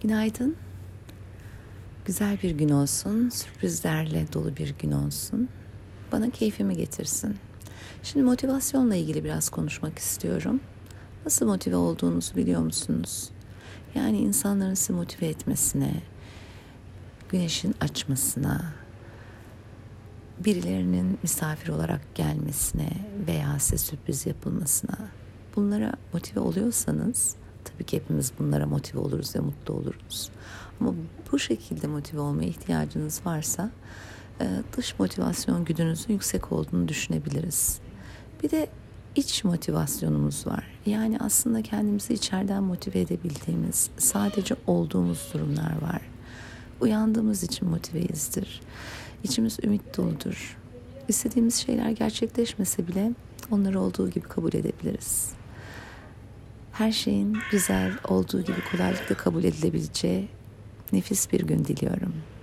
Günaydın. Güzel bir gün olsun, sürprizlerle dolu bir gün olsun. Bana keyfimi getirsin. Şimdi motivasyonla ilgili biraz konuşmak istiyorum. Nasıl motive olduğunuzu biliyor musunuz? Yani insanların sizi motive etmesine, güneşin açmasına, birilerinin misafir olarak gelmesine veya size sürpriz yapılmasına. Bunlara motive oluyorsanız, tabii ki hepimiz bunlara motive oluruz ve mutlu oluruz. Ama bu şekilde motive olmaya ihtiyacınız varsa dış motivasyon güdünüzün yüksek olduğunu düşünebiliriz. Bir de iç motivasyonumuz var. Yani aslında kendimizi içeriden motive edebildiğimiz, sadece olduğumuz durumlar var. Uyandığımız için motiveyizdir. İçimiz ümit doludur. İstediğimiz şeyler gerçekleşmese bile onları olduğu gibi kabul edebiliriz. Her şeyin güzel olduğu gibi kolaylıkla kabul edilebileceği nefis bir gün diliyorum.